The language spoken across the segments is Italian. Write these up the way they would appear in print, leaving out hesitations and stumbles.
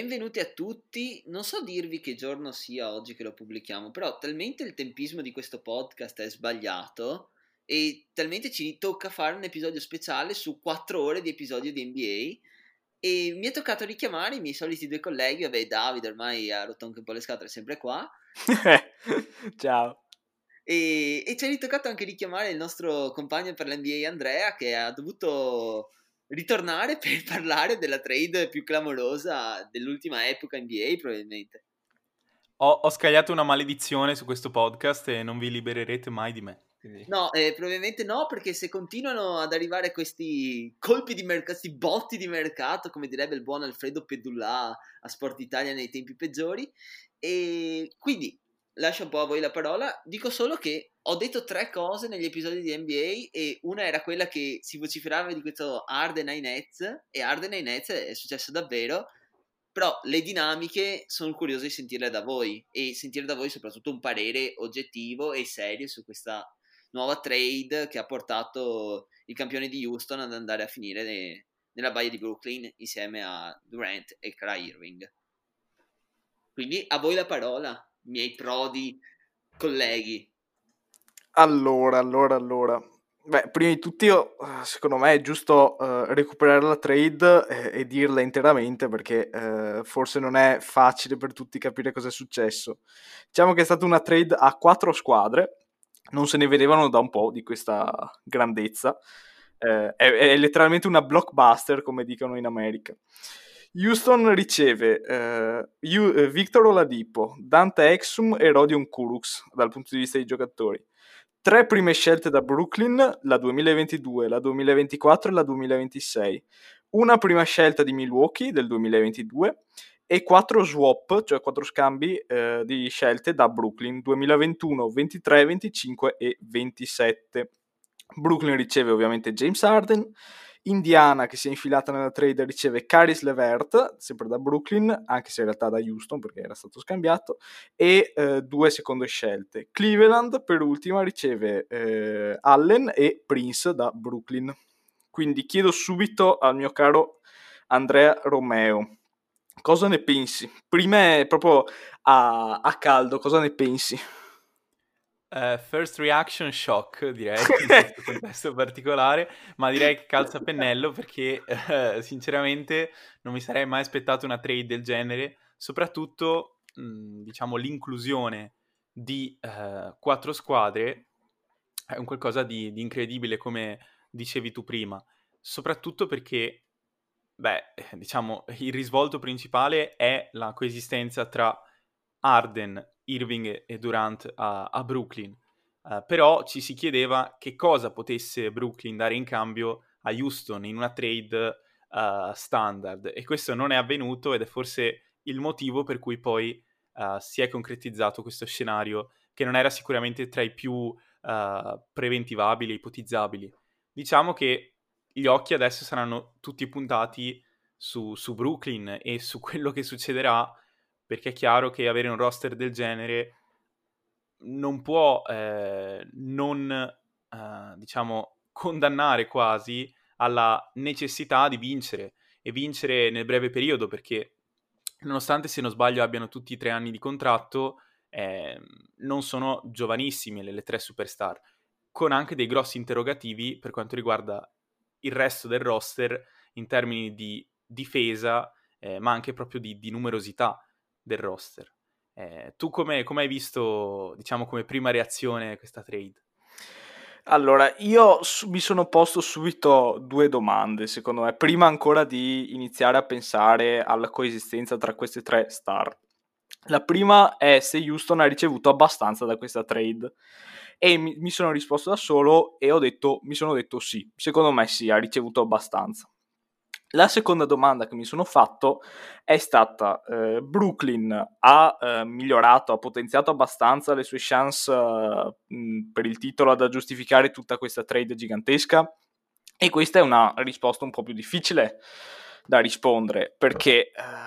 benvenuti a tutti. Non so dirvi che giorno sia oggi che lo pubblichiamo, però talmente il tempismo di questo podcast è sbagliato e talmente ci tocca fare un episodio speciale su 4 ore di episodio di NBA e mi è toccato richiamare i miei soliti due colleghi. Vabbè, Davide ormai ha rotto anche un po' le scatole, è sempre qua. Ciao. E ci è ritoccato anche richiamare il nostro compagno per l'NBA Andrea, che ha dovuto ritornare per parlare della trade più clamorosa dell'ultima epoca NBA probabilmente. Ho scagliato una maledizione su questo podcast e non vi libererete mai di me. Quindi... No, probabilmente no, perché se continuano ad arrivare questi colpi di mercato, questi botti di mercato, come direbbe il buon Alfredo Pedullà a Sport Italia nei tempi peggiori, e quindi lascio un po' a voi la parola. Dico solo che ho detto 3 cose negli episodi di NBA e una era quella che si vociferava di questo Harden ai Nets, e Harden ai Nets è successo davvero. Però le dinamiche sono curioso di sentirle da voi e sentire da voi soprattutto un parere oggettivo e serio su questa nuova trade che ha portato il campione di Houston ad andare a finire nella baia di Brooklyn insieme a Durant e Kyrie Irving. Quindi a voi la parola, miei prodi colleghi. Allora. Beh, prima di tutto, secondo me è giusto recuperare la trade e dirla interamente perché forse non è facile per tutti capire cosa è successo. Diciamo che è stata una trade a 4 squadre, non se ne vedevano da un po' di questa grandezza. È letteralmente una blockbuster, come dicono in America. Houston riceve Victor Oladipo, Dante Exum e Rodion Kurucs dal punto di vista dei giocatori. 3 prime scelte da Brooklyn, la 2022, la 2024 e la 2026. Una prima scelta di Milwaukee del 2022 e 4 swap, cioè 4 scambi di scelte da Brooklyn 2021, 23, 25 e 27. Brooklyn riceve ovviamente James Harden. Indiana, che si è infilata nella trade, riceve Caris LeVert, sempre da Brooklyn, anche se in realtà da Houston perché era stato scambiato, e 2 seconde scelte. Cleveland, per ultima, riceve Allen e Prince da Brooklyn. Quindi chiedo subito al mio caro Andrea Romeo, cosa ne pensi? Prima proprio a caldo, cosa ne pensi? First reaction shock, direi, in questo contesto particolare, ma direi che calza a pennello perché sinceramente non mi sarei mai aspettato una trade del genere, soprattutto diciamo l'inclusione di 4 squadre è un qualcosa di incredibile, come dicevi tu prima, soprattutto perché, diciamo, il risvolto principale è la coesistenza tra Harden, Irving e Durant a Brooklyn. Però ci si chiedeva che cosa potesse Brooklyn dare in cambio a Houston in una trade standard, e questo non è avvenuto ed è forse il motivo per cui poi si è concretizzato questo scenario che non era sicuramente tra i più preventivabili e ipotizzabili. Diciamo che gli occhi adesso saranno tutti puntati su Brooklyn e su quello che succederà, perché è chiaro che avere un roster del genere non può diciamo, condannare quasi alla necessità di vincere, e vincere nel breve periodo, perché nonostante, se non sbaglio, abbiano tutti 3 anni di contratto, non sono giovanissimi le 3 superstar, con anche dei grossi interrogativi per quanto riguarda il resto del roster in termini di difesa, ma anche proprio di numerosità del roster. Tu come hai visto, diciamo, come prima reazione questa trade? Allora, io mi sono posto subito 2 domande, secondo me, prima ancora di iniziare a pensare alla coesistenza tra queste 3 star. La prima è se Houston ha ricevuto abbastanza da questa trade, e mi sono risposto da solo e mi sono detto sì, secondo me sì, ha ricevuto abbastanza. La seconda domanda che mi sono fatto è stata: Brooklyn ha migliorato, ha potenziato abbastanza le sue chance per il titolo da giustificare tutta questa trade gigantesca? E questa è una risposta un po' più difficile da rispondere, perché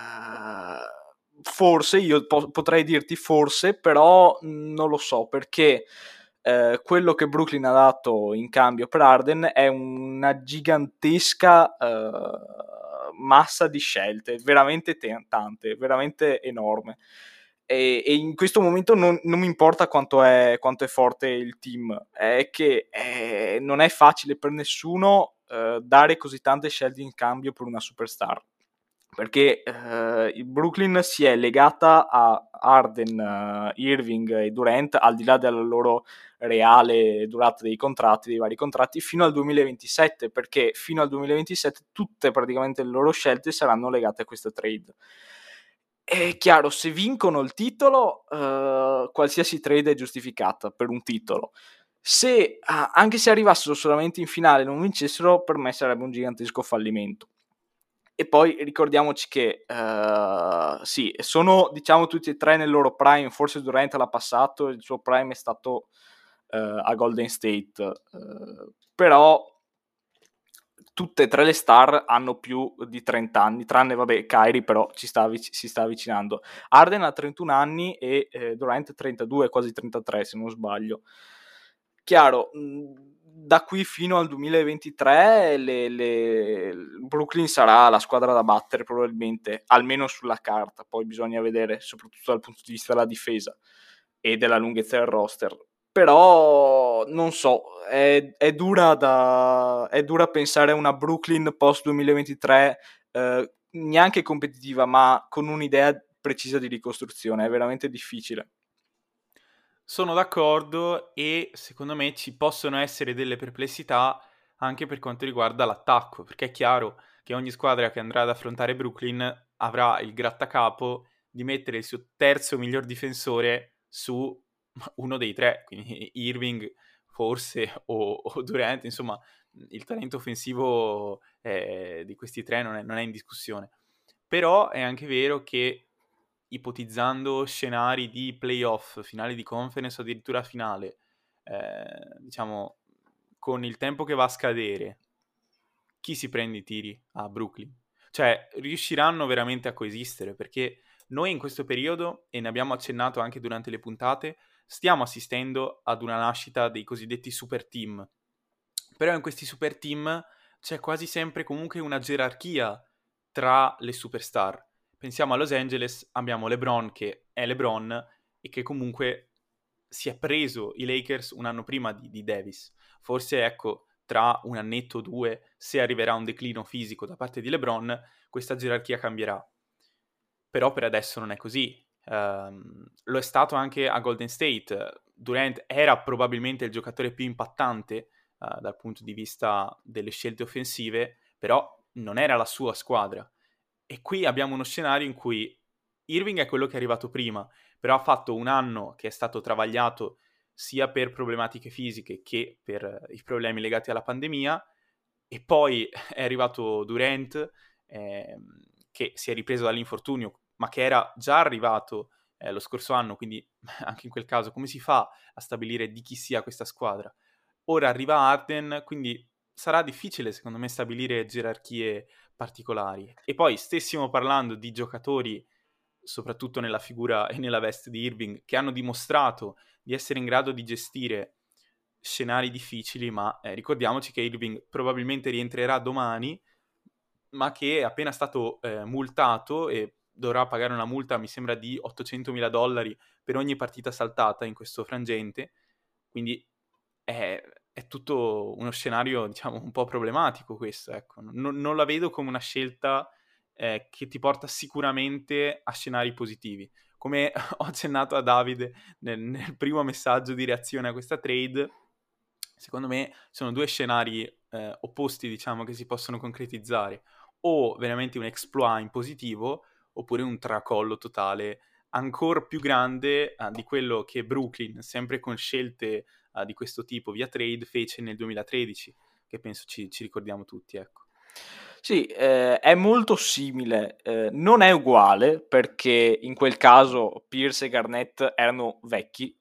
forse, io potrei dirti forse, però non lo so, perché quello che Brooklyn ha dato in cambio per Harden è una gigantesca massa di scelte, veramente tante, veramente enorme. E in questo momento non mi importa quanto è forte il team, è che non è facile per nessuno dare così tante scelte in cambio per una superstar, perché il Brooklyn si è legata a Harden, Irving e Durant, al di là della loro reale durata dei vari contratti, fino al 2027, perché fino al 2027 tutte praticamente le loro scelte saranno legate a questa trade. È chiaro, se vincono il titolo, qualsiasi trade è giustificata per un titolo. Se anche se arrivassero solamente in finale e non vincessero, per me sarebbe un gigantesco fallimento. E poi ricordiamoci che sì, sono diciamo tutti e tre nel loro prime, forse Durant l'ha passato, il suo prime è stato a Golden State, però tutte e tre le star hanno più di 30 anni, tranne vabbè Kyrie, però si sta avvicinando. Harden ha 31 anni e Durant 32, quasi 33 se non sbaglio. Chiaro, da qui fino al 2023 Brooklyn sarà la squadra da battere probabilmente, almeno sulla carta, poi bisogna vedere soprattutto dal punto di vista della difesa e della lunghezza del roster. Però non so, è dura pensare a una Brooklyn post 2023 neanche competitiva, ma con un'idea precisa di ricostruzione, è veramente difficile. Sono d'accordo e secondo me ci possono essere delle perplessità anche per quanto riguarda l'attacco, perché è chiaro che ogni squadra che andrà ad affrontare Brooklyn avrà il grattacapo di mettere il suo terzo miglior difensore su uno dei tre, quindi Irving forse o Durant, insomma il talento offensivo di questi tre non è in discussione. Però è anche vero che ipotizzando scenari di playoff, finali di conference o addirittura finale, diciamo, con il tempo che va a scadere, chi si prende i tiri a Brooklyn? Cioè, riusciranno veramente a coesistere? Perché noi in questo periodo, e ne abbiamo accennato anche durante le puntate, stiamo assistendo ad una nascita dei cosiddetti super team. Però in questi super team c'è quasi sempre comunque una gerarchia tra le superstar. Pensiamo a Los Angeles, abbiamo LeBron che è LeBron e che comunque si è preso i Lakers un anno prima di Davis. Forse ecco, tra un annetto o due, se arriverà un declino fisico da parte di LeBron, questa gerarchia cambierà. Però per adesso non è così. Lo è stato anche a Golden State. Durant era probabilmente il giocatore più impattante dal punto di vista delle scelte offensive, però non era la sua squadra. E qui abbiamo uno scenario in cui Irving è quello che è arrivato prima, però ha fatto un anno che è stato travagliato sia per problematiche fisiche che per i problemi legati alla pandemia, e poi è arrivato Durant, che si è ripreso dall'infortunio, ma che era già arrivato lo scorso anno, quindi anche in quel caso come si fa a stabilire di chi sia questa squadra? Ora arriva Harden, quindi sarà difficile secondo me stabilire gerarchie particolari. E poi stessimo parlando di giocatori, soprattutto nella figura e nella veste di Irving, che hanno dimostrato di essere in grado di gestire scenari difficili, ma ricordiamoci che Irving probabilmente rientrerà domani, ma che è appena stato multato e dovrà pagare una multa, mi sembra, di $800.000 per ogni partita saltata in questo frangente, quindi è tutto uno scenario, diciamo, un po' problematico questo, ecco. Non la vedo come una scelta che ti porta sicuramente a scenari positivi. Come ho accennato a Davide nel primo messaggio di reazione a questa trade, secondo me sono due scenari opposti, diciamo, che si possono concretizzare. O veramente un exploit in positivo, oppure un tracollo totale ancora più grande di quello che Brooklyn, sempre con scelte di questo tipo via trade, fece nel 2013, che penso ci ricordiamo tutti, ecco. Sì, è molto simile, non è uguale perché in quel caso Pierce e Garnett erano vecchi,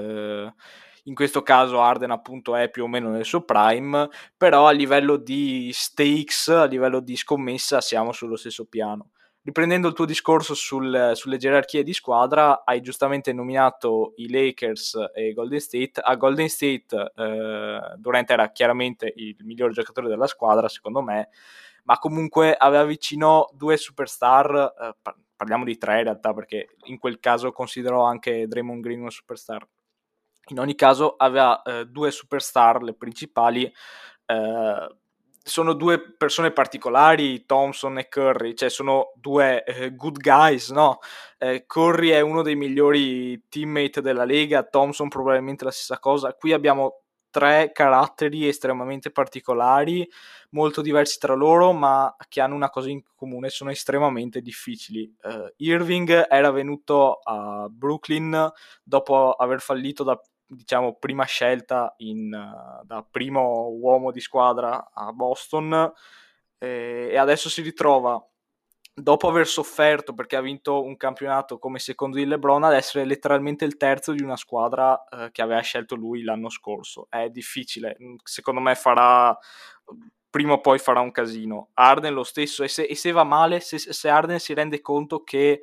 in questo caso Harden appunto è più o meno nel suo prime, però a livello di stakes, a livello di scommessa siamo sullo stesso piano. Riprendendo il tuo discorso sulle gerarchie di squadra, hai giustamente nominato i Lakers e Golden State. A Golden State Durant era chiaramente il miglior giocatore della squadra, secondo me, ma comunque aveva vicino due superstar, parliamo di tre in realtà, perché in quel caso considero anche Draymond Green una superstar. In ogni caso aveva due superstar, le principali, sono due persone particolari, Thompson e Curry, cioè sono due good guys, no? Curry è uno dei migliori teammate della Lega, Thompson probabilmente la stessa cosa. Qui abbiamo tre caratteri estremamente particolari, molto diversi tra loro, ma che hanno una cosa in comune, sono estremamente difficili. Irving era venuto a Brooklyn dopo aver fallito da, diciamo, prima scelta da primo uomo di squadra a Boston, e adesso si ritrova, dopo aver sofferto perché ha vinto un campionato come secondo di LeBron, ad essere letteralmente il terzo di una squadra che aveva scelto lui l'anno scorso. È difficile, secondo me prima o poi farà un casino. Harden lo stesso, e se va male, se Harden si rende conto che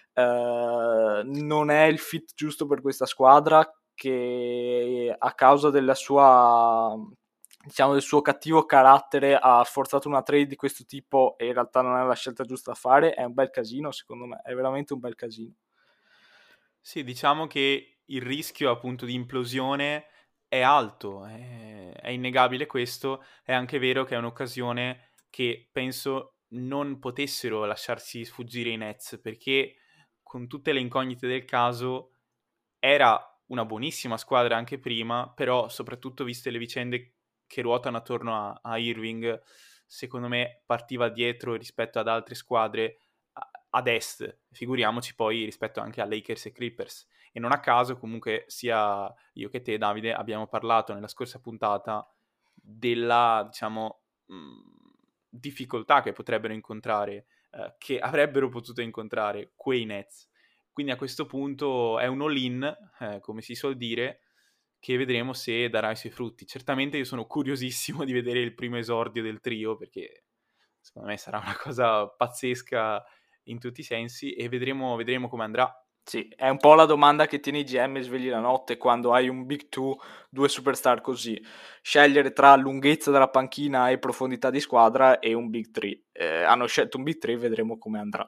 non è il fit giusto per questa squadra, che a causa della sua, diciamo, del suo cattivo carattere ha forzato una trade di questo tipo e in realtà non è la scelta giusta da fare, è un bel casino, secondo me, è veramente un bel casino. Sì, diciamo che il rischio appunto di implosione è alto, è innegabile questo, è anche vero che è un'occasione che penso non potessero lasciarsi sfuggire i Nets, perché con tutte le incognite del caso era una buonissima squadra anche prima, però soprattutto viste le vicende che ruotano attorno a Irving, secondo me partiva dietro rispetto ad altre squadre ad est, figuriamoci poi rispetto anche a Lakers e Clippers. E non a caso comunque sia io che te, Davide, abbiamo parlato nella scorsa puntata della, diciamo, difficoltà che potrebbero incontrare, che avrebbero potuto incontrare quei Nets. Quindi a questo punto è un all-in, come si suol dire, che vedremo se darà i suoi frutti. Certamente io sono curiosissimo di vedere il primo esordio del trio, perché secondo me sarà una cosa pazzesca in tutti i sensi, e vedremo come andrà. Sì, è un po' la domanda che tiene i GM svegli la notte quando hai un Big Two, due superstar così. Scegliere tra lunghezza della panchina e profondità di squadra e un Big Three. Hanno scelto un Big Three, vedremo come andrà.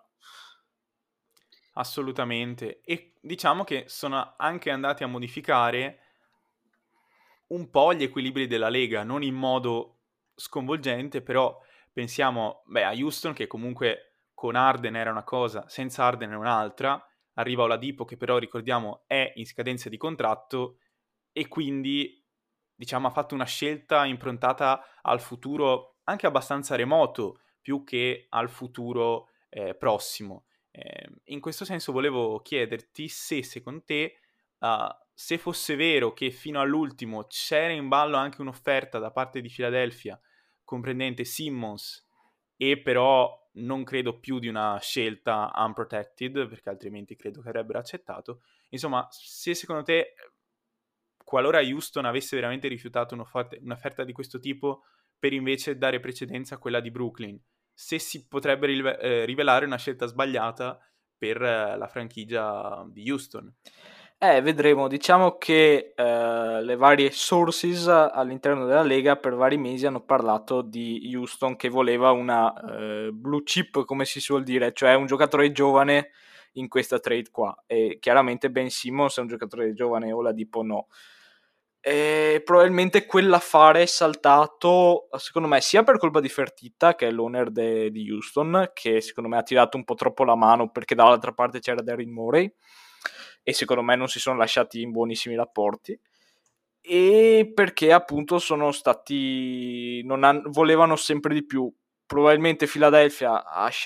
Assolutamente. E diciamo che sono anche andati a modificare un po' gli equilibri della Lega, non in modo sconvolgente, però pensiamo a Houston, che comunque con Harden era una cosa, senza Harden è un'altra. Arriva Oladipo, che però ricordiamo è in scadenza di contratto, e quindi diciamo ha fatto una scelta improntata al futuro anche abbastanza remoto, più che al futuro prossimo. In questo senso volevo chiederti se secondo te, se fosse vero che fino all'ultimo c'era in ballo anche un'offerta da parte di Philadelphia comprendente Simmons, e però non credo più di una scelta unprotected, perché altrimenti credo che avrebbero accettato. Insomma, se secondo te, qualora Houston avesse veramente rifiutato un'offerta di questo tipo per invece dare precedenza a quella di Brooklyn, se si potrebbe rivelare una scelta sbagliata per la franchigia di Houston. Vedremo. Diciamo che le varie sources all'interno della Lega per vari mesi hanno parlato di Houston che voleva una blue chip, come si suol dire, cioè un giocatore giovane in questa trade qua, e chiaramente Ben Simmons è un giocatore giovane, Oladipo no. Probabilmente quell'affare è saltato, secondo me, sia per colpa di Fertitta, che è l'owner di Houston, che secondo me ha tirato un po' troppo la mano perché dall'altra parte c'era Daryl Morey e secondo me non si sono lasciati in buonissimi rapporti, e perché appunto sono stati volevano sempre di più. Probabilmente Philadelphia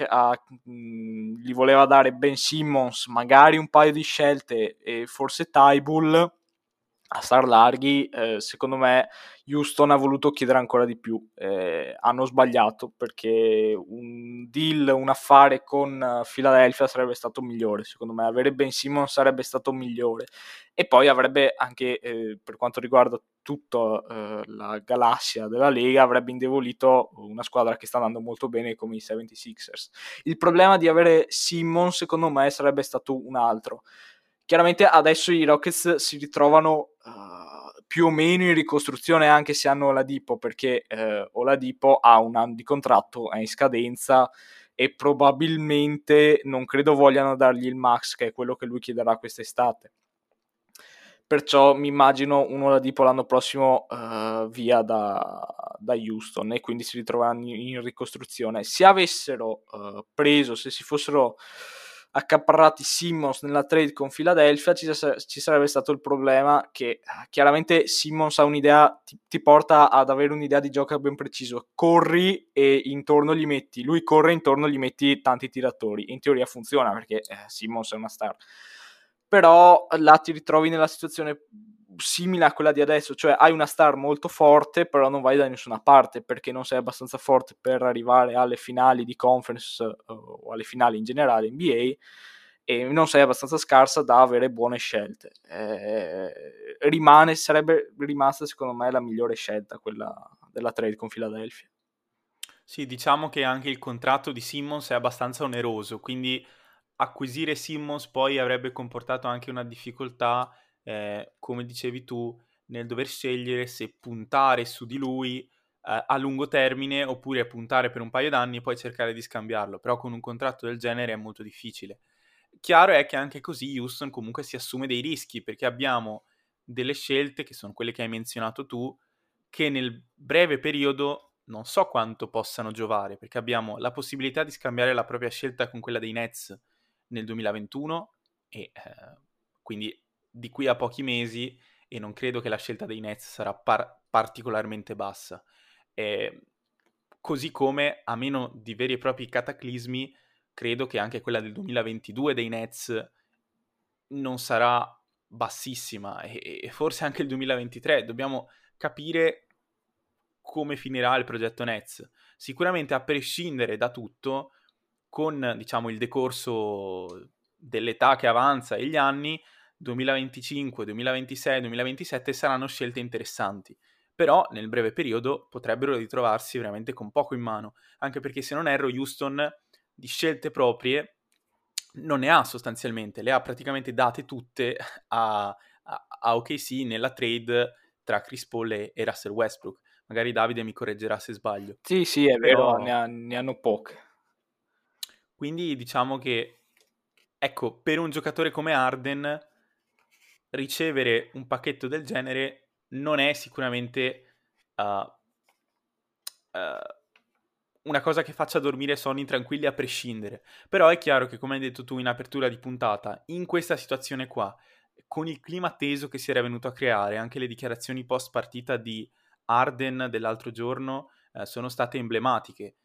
gli voleva dare Ben Simmons, magari un paio di scelte e forse Tybull a star larghi. Secondo me Houston ha voluto chiedere ancora di più, hanno sbagliato perché un deal, un affare con Philadelphia sarebbe stato migliore, secondo me avere Ben Simmons sarebbe stato migliore, e poi avrebbe anche per quanto riguarda tutta la galassia della Lega avrebbe indebolito una squadra che sta andando molto bene come i 76ers. Il problema di avere Simmons secondo me sarebbe stato un altro, Chiaramente adesso i Rockets si ritrovano più o meno in ricostruzione, anche se hanno Oladipo, perché Oladipo ha un anno di contratto, è in scadenza e probabilmente non credo vogliano dargli il max, che è quello che lui chiederà quest'estate. Perciò mi immagino un Oladipo l'anno prossimo via da Houston, e quindi si ritroveranno in ricostruzione. Se avessero preso, se si fossero accaparrati Simmons nella trade con Philadelphia, ci sarebbe stato il problema che chiaramente Simmons ha un'idea, ti porta ad avere un'idea di gioco ben preciso. Corri e intorno gli metti, lui corre, intorno gli metti tanti tiratori. In teoria funziona, perché Simmons è una star. Però là ti ritrovi nella situazione simile a quella di adesso, cioè hai una star molto forte, però non vai da nessuna parte perché non sei abbastanza forte per arrivare alle finali di conference o alle finali in generale NBA, e non sei abbastanza scarsa da avere buone scelte. Sarebbe rimasta secondo me la migliore scelta, quella della trade con Philadelphia. Sì, diciamo che anche il contratto di Simmons è abbastanza oneroso, quindi acquisire Simmons poi avrebbe comportato anche una difficoltà, come dicevi tu, nel dover scegliere se puntare su di lui a lungo termine oppure puntare per un paio d'anni e poi cercare di scambiarlo, però con un contratto del genere è molto difficile. Chiaro è che anche così Houston comunque si assume dei rischi, perché abbiamo delle scelte, che sono quelle che hai menzionato tu, che nel breve periodo non so quanto possano giovare, perché abbiamo la possibilità di scambiare la propria scelta con quella dei Nets nel 2021 e quindi di qui a pochi mesi, e non credo che la scelta dei Nets sarà particolarmente bassa. Così come, a meno di veri e propri cataclismi, credo che anche quella del 2022 dei Nets non sarà bassissima, e forse anche il 2023. Dobbiamo capire come finirà il progetto Nets. Sicuramente, a prescindere da tutto, con, diciamo, il decorso dell'età che avanza e gli anni, 2025, 2026, 2027 saranno scelte interessanti. Però nel breve periodo potrebbero ritrovarsi veramente con poco in mano, anche perché, se non erro, Houston di scelte proprie non ne ha sostanzialmente, le ha praticamente date tutte a OKC nella trade tra Chris Paul e Russell Westbrook. Magari Davide mi correggerà se sbaglio. Sì, è vero, Però ne hanno poche. quindi diciamo che, ecco, per un giocatore come Harden ricevere un pacchetto del genere non è sicuramente una cosa che faccia dormire sonni tranquilli a prescindere. Però è chiaro che, come hai detto tu in apertura di puntata, in questa situazione qua, con il clima teso che si era venuto a creare, anche le dichiarazioni post partita di Harden dell'altro giorno sono state emblematiche.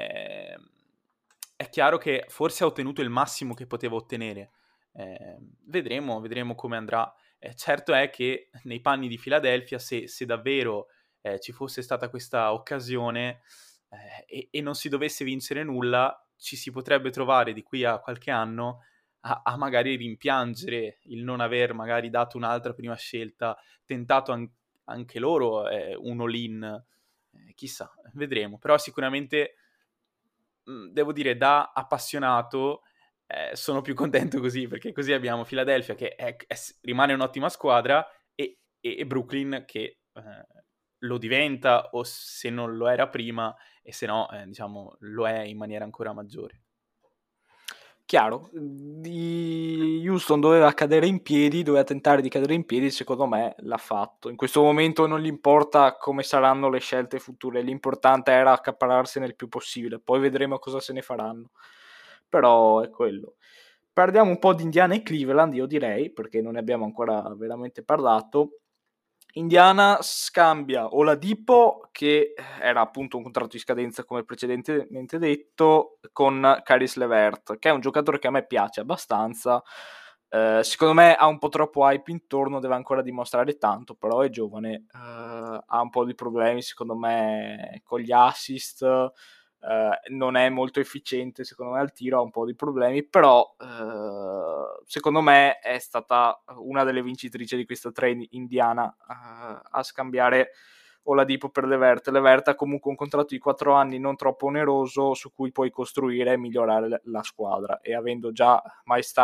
È chiaro che forse ha ottenuto il massimo che poteva ottenere. Vedremo come andrà. Certo è che nei panni di Philadelphia, se davvero ci fosse stata questa occasione e non si dovesse vincere nulla, ci si potrebbe trovare di qui a qualche anno a magari rimpiangere il non aver magari dato un'altra prima scelta, tentato anche loro un all-in, chissà, vedremo. Però sicuramente, devo dire, da appassionato sono più contento così, perché così abbiamo Philadelphia che rimane un'ottima squadra e Brooklyn che lo diventa, o se non lo era prima, e se no, diciamo, lo è in maniera ancora maggiore. Chiaro, di Houston doveva cadere in piedi, doveva tentare di cadere in piedi, secondo me l'ha fatto. In questo momento non gli importa come saranno le scelte future, l'importante era accaparrarsene il più possibile, poi vedremo cosa se ne faranno. Però è quello. Parliamo un po' di Indiana e Cleveland, io direi, perché non ne abbiamo ancora veramente parlato. Indiana scambia Oladipo, che era appunto un contratto di scadenza come precedentemente detto, con Caris LeVert, che è un giocatore che a me piace abbastanza. Secondo me ha un po' troppo hype intorno, deve ancora dimostrare tanto, però è giovane, ha un po' di problemi secondo me con gli assist, non è molto efficiente secondo me al tiro, ha un po' di problemi, però secondo me è stata una delle vincitrici di questa trade indiana a scambiare Oladipo per LeVert. LeVert ha comunque un contratto di 4 anni non troppo oneroso su cui puoi costruire e migliorare la squadra, e avendo già Miles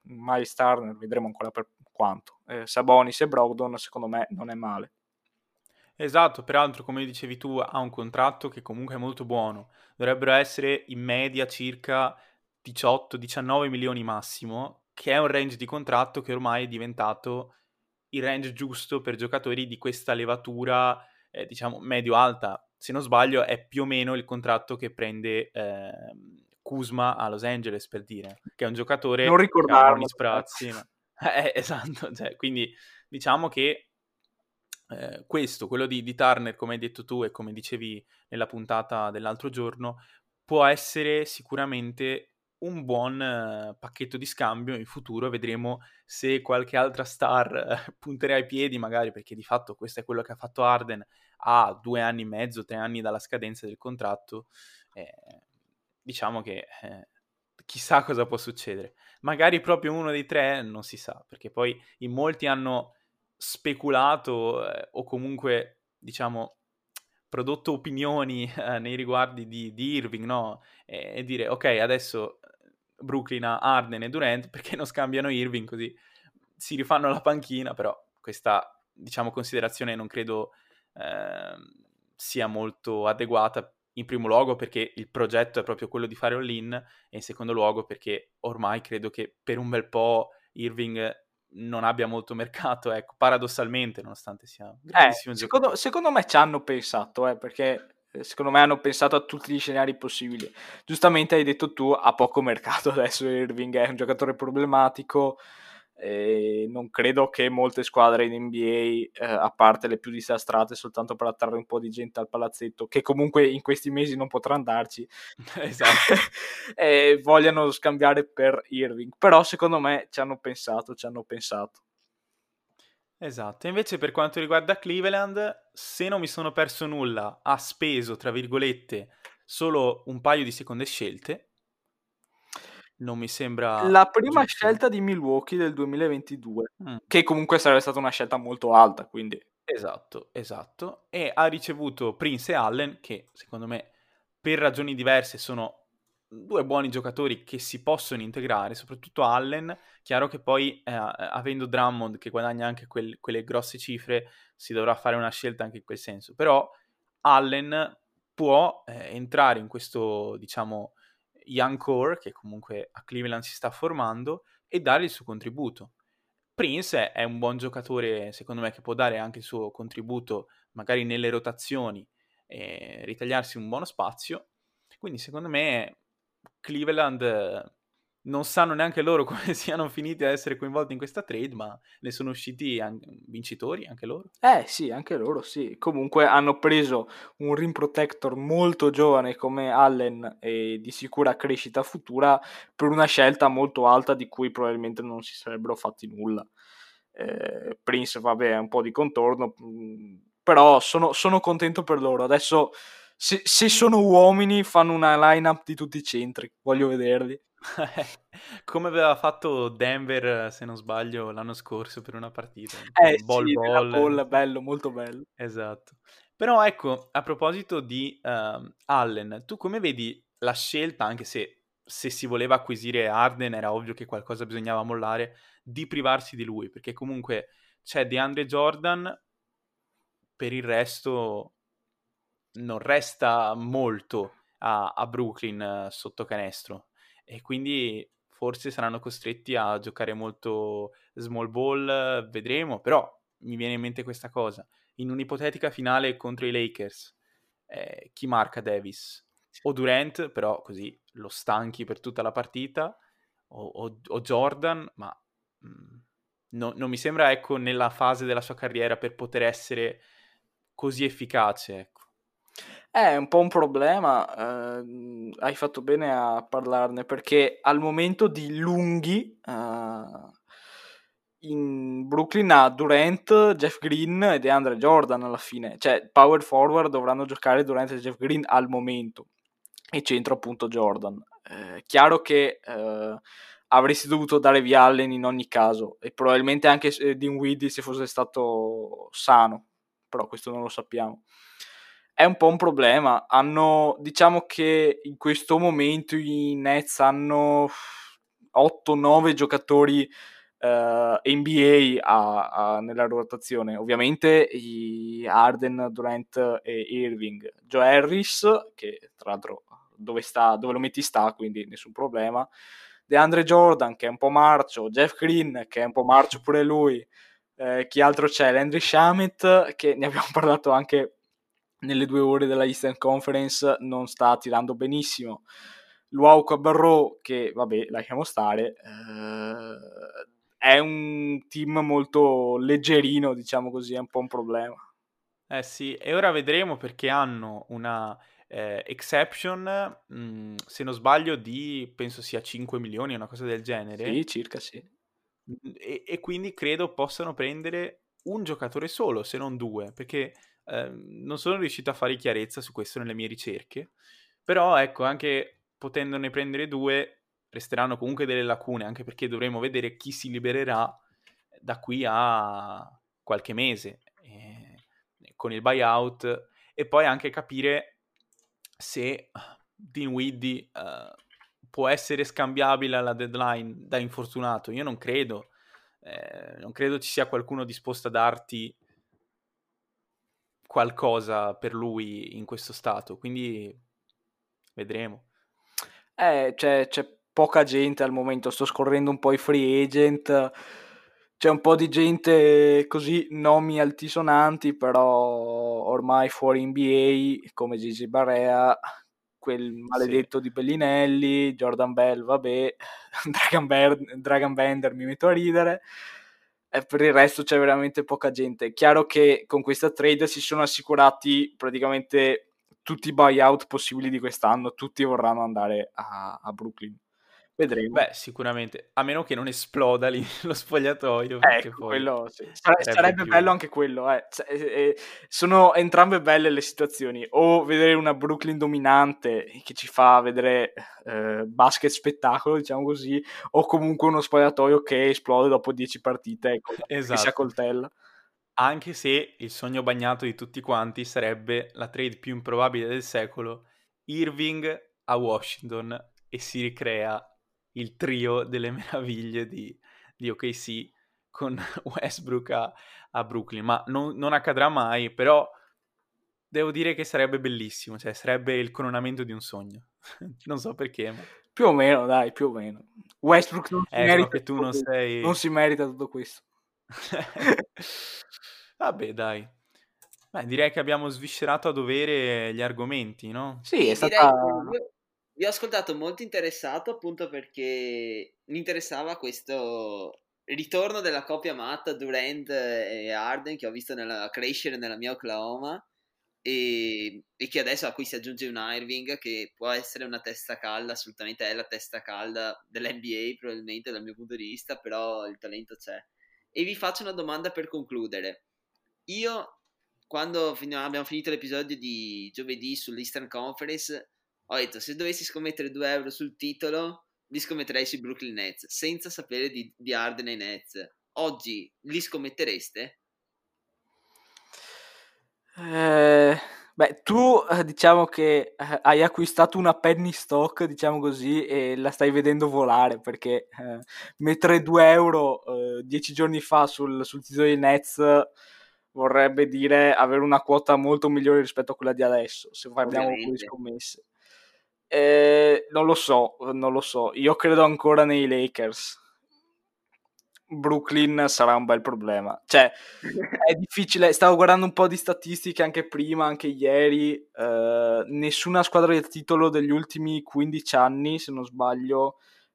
Miles Turner vedremo ancora per quanto. Sabonis e Brogdon secondo me non è male. Esatto, peraltro come dicevi tu ha un contratto che comunque è molto buono, dovrebbero essere in media circa 18-19 milioni massimo, che è un range di contratto che ormai è diventato il range giusto per giocatori di questa levatura, diciamo, medio-alta. Se non sbaglio è più o meno il contratto che prende Kuzma a Los Angeles, per dire, che è un Non giocatore che ha buoni ricordarmelo, sprazzi, ma... esatto, cioè, quindi diciamo che questo, quello di Turner, come hai detto tu e come dicevi nella puntata dell'altro giorno, può essere sicuramente un buon pacchetto di scambio in futuro. Vedremo se qualche altra star punterà ai piedi, magari, perché di fatto questo è quello che ha fatto Harden a 2 anni e mezzo, 3 anni dalla scadenza del contratto. Eh, diciamo che chissà cosa può succedere. Magari proprio uno dei tre, non si sa, perché poi in molti hanno speculato o comunque, diciamo, prodotto opinioni nei riguardi di Irving, no? E dire, ok, adesso Brooklyn ha Harden e Durant, perché non scambiano Irving, così si rifanno la panchina, però questa, diciamo, considerazione non credo sia molto adeguata, in primo luogo perché il progetto è proprio quello di fare all-in, e in secondo luogo perché ormai credo che per un bel po' Irving non abbia molto mercato, ecco, paradossalmente, nonostante sia un grandissimo giocatore. Secondo me ci hanno pensato, perché secondo me hanno pensato a tutti gli scenari possibili. Giustamente hai detto tu, ha poco mercato adesso Irving, è un giocatore problematico, non credo che molte squadre in NBA, a parte le più disastrate soltanto per attrarre un po' di gente al palazzetto, che comunque in questi mesi non potrà andarci, Esatto. vogliano scambiare per Irving. Però secondo me ci hanno pensato. Esatto, invece per quanto riguarda Cleveland, se non mi sono perso nulla, ha speso, tra virgolette, solo un paio di seconde scelte. Non mi sembra La prima giusto. scelta di Milwaukee del 2022, Mm. che comunque sarebbe stata una scelta molto alta, quindi Esatto, esatto. E ha ricevuto Prince e Allen, che secondo me per ragioni diverse sono due buoni giocatori che si possono integrare, soprattutto Allen. Chiaro che poi, avendo Drummond che guadagna anche quelle grosse cifre, si dovrà fare una scelta anche in quel senso. Però Allen può entrare in questo, diciamo, young core che comunque a Cleveland si sta formando e dare il suo contributo. Prince è un buon giocatore, secondo me, che può dare anche il suo contributo, magari nelle rotazioni, e ritagliarsi un buono spazio. Quindi, secondo me, Cleveland non sanno neanche loro come siano finiti ad essere coinvolti in questa trade, ma ne sono usciti vincitori anche loro. sì, anche loro sì. Comunque hanno preso un rim protector molto giovane come Allen e di sicura crescita futura per una scelta molto alta di cui probabilmente non si sarebbero fatti nulla. Prince, vabbè, è un po' di contorno, però sono contento per loro. Adesso, se sono uomini, fanno una lineup di tutti i centri. Voglio vederli. Come aveva fatto Denver, se non sbaglio, l'anno scorso per una partita. Sì, nella Ball. ball, bello, molto bello. Esatto. Però ecco, a proposito di Allen, tu come vedi la scelta, anche se si voleva acquisire Harden, era ovvio che qualcosa bisognava mollare, di privarsi di lui? Perché comunque c'è DeAndre Jordan, per il resto non resta molto a Brooklyn sotto canestro, e quindi forse saranno costretti a giocare molto small ball, vedremo. Però mi viene in mente questa cosa: in un'ipotetica finale contro i Lakers, chi marca Davis? O Durant, però così lo stanchi per tutta la partita, o Jordan, ma non mi sembra, ecco, nella fase della sua carriera per poter essere così efficace, ecco. È un po' un problema, hai fatto bene a parlarne perché al momento di lunghi, in Brooklyn ha Durant, Jeff Green e DeAndre Jordan alla fine, cioè power forward dovranno giocare Durant e Jeff Green al momento e centro appunto Jordan. Chiaro che avresti dovuto dare via Allen in ogni caso e probabilmente anche Dinwiddie se fosse stato sano, però questo non lo sappiamo. È un po' un problema. Diciamo che in questo momento i Nets hanno 8-9 giocatori NBA nella rotazione. Ovviamente i Harden, Durant e Irving, Joe Harris, che tra l'altro dove lo metti sta, quindi nessun problema, DeAndre Jordan, che è un po' marcio, Jeff Green, che è un po' marcio pure lui, chi altro c'è? Landry Shamet, che ne abbiamo parlato anche nelle 2 ore della Eastern Conference, non sta tirando benissimo. Luau Cabarro, che vabbè, lasciamo stare, è un team molto leggerino, diciamo così, è un po' un problema. Eh sì, e ora vedremo perché hanno una exception, se non sbaglio, di penso sia 5 milioni, una cosa del genere. Sì, circa sì. E quindi credo possano prendere un giocatore solo, se non 2, perché non sono riuscito a fare chiarezza su questo nelle mie ricerche. Però ecco, anche potendone prendere 2, resteranno comunque delle lacune, anche perché dovremo vedere chi si libererà da qui a qualche mese con il buyout, e poi anche capire se Dinwiddie può essere scambiabile alla deadline da infortunato. Io non credo ci sia qualcuno disposto a darti qualcosa per lui in questo stato, quindi vedremo. C'è poca gente al momento, sto scorrendo un po' i free agent, c'è un po' di gente così, nomi altisonanti, però ormai fuori NBA, come Gigi Barea, quel maledetto di Bellinelli, Jordan Bell, vabbè, Dragan Bender mi metto a ridere, e per il resto c'è veramente poca gente. È chiaro che con questa trade si sono assicurati praticamente tutti i buyout possibili di quest'anno, tutti vorranno andare a Brooklyn. Vedremo. Beh, sicuramente, a meno che non esploda lì lo spogliatoio, perché Ecco, poi quello sì. sarebbe Sarebbe più... bello anche quello. Sono entrambe belle le situazioni. O vedere una Brooklyn dominante che ci fa vedere basket spettacolo, diciamo così, o comunque uno spogliatoio che esplode dopo 10 partite, ecco, che si Esatto. accoltella. Anche se il sogno bagnato di tutti quanti sarebbe la trade più improbabile del secolo, Irving a Washington, e si ricrea il trio delle meraviglie di OKC con Westbrook a Brooklyn. Ma non accadrà mai, però devo dire che sarebbe bellissimo, cioè sarebbe il coronamento di un sogno. Non so perché, ma... Più o meno, dai, più o meno. Westbrook non si solo merita che tu tutto non questo. sei... Non si merita tutto questo. Vabbè, dai. Beh, direi che abbiamo sviscerato a dovere gli argomenti, no? Sì, è Sì, direi stata... che io vi ho ascoltato molto interessato appunto perché mi interessava questo ritorno della coppia matta Durant e Harden che ho visto crescere nella mia Oklahoma e che adesso a cui si aggiunge un Irving che può essere una testa calda, assolutamente è la testa calda dell'NBA probabilmente dal mio punto di vista, però il talento c'è. E vi faccio una domanda per concludere. Io, quando abbiamo finito l'episodio di giovedì sull'Eastern Conference, ho detto se dovessi scommettere 2 euro sul titolo, li scommetterei sui Brooklyn Nets, senza sapere di Harden e Nets. Oggi li scommettereste? Beh, tu diciamo che hai acquistato una penny stock, diciamo così, e la stai vedendo volare perché mettere 2 euro 10 giorni fa sul titolo dei Nets vorrebbe dire avere una quota molto migliore rispetto a quella di adesso, se parliamo di Ovviamente. scommesse. Non lo so. Io credo ancora nei Lakers. Brooklyn sarà un bel problema. Cioè, è difficile. Stavo guardando un po' di statistiche anche prima, anche ieri. Nessuna squadra del titolo degli ultimi 15 anni, se non sbaglio,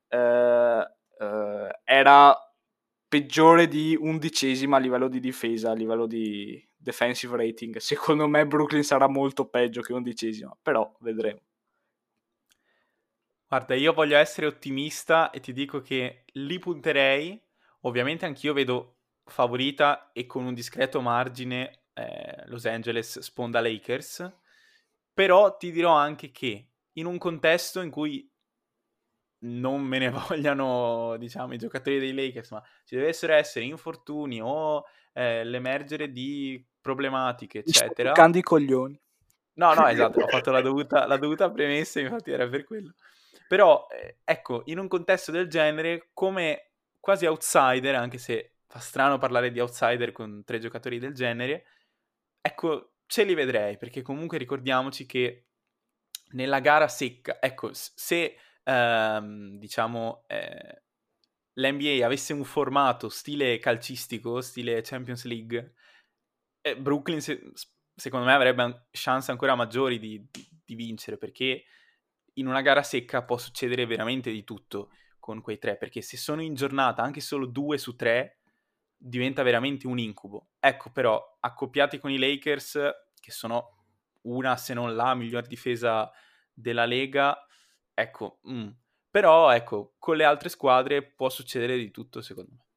era peggiore di 11ª a livello di difesa, a livello di defensive rating. Secondo me Brooklyn sarà molto peggio che 11ª, però vedremo. Guarda, io voglio essere ottimista e ti dico che li punterei. Ovviamente anch'io vedo favorita e con un discreto margine Los Angeles sponda Lakers, però ti dirò anche che in un contesto in cui non me ne vogliano, diciamo, i giocatori dei Lakers, ma ci dovessero essere infortuni o l'emergere di problematiche, Mi sto eccetera. toccando i coglioni. No, esatto, ho fatto la dovuta premessa, infatti era per quello. Però, ecco, in un contesto del genere, come quasi outsider, anche se fa strano parlare di outsider con 3 giocatori del genere, ecco, ce li vedrei, perché comunque ricordiamoci che nella gara secca, ecco, se diciamo l'NBA avesse un formato stile calcistico, stile Champions League, Brooklyn secondo me avrebbe chance ancora maggiori di vincere, perché in una gara secca può succedere veramente di tutto con quei 3, perché se sono in giornata anche solo 2 su 3 diventa veramente un incubo. Ecco, però accoppiati con i Lakers, che sono una se non la miglior difesa della Lega, ecco, però ecco, con le altre squadre può succedere di tutto, secondo me.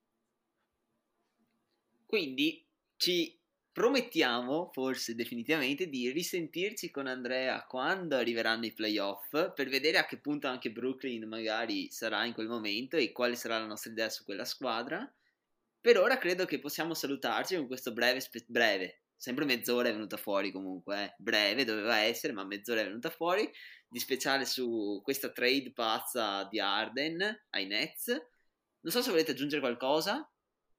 Quindi ci promettiamo, forse definitivamente, di risentirci con Andrea quando arriveranno i playoff, per vedere a che punto anche Brooklyn magari sarà in quel momento e quale sarà la nostra idea su quella squadra. Per ora credo che possiamo salutarci con questo breve, sempre mezz'ora è venuta fuori comunque, breve doveva essere, ma mezz'ora è venuta fuori, di speciale su questa trade pazza di Harden ai Nets. Non so se volete aggiungere qualcosa.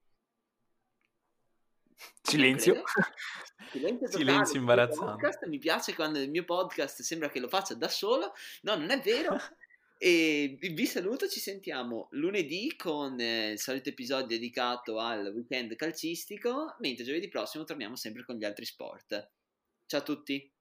Silenzio. Silenzio totale. Silenzio imbarazzante. Podcast. Mi piace quando il mio podcast sembra che lo faccia da solo. No, non è vero. E vi saluto, ci sentiamo lunedì con il solito episodio dedicato al weekend calcistico, mentre giovedì prossimo torniamo sempre con gli altri sport. Ciao a tutti.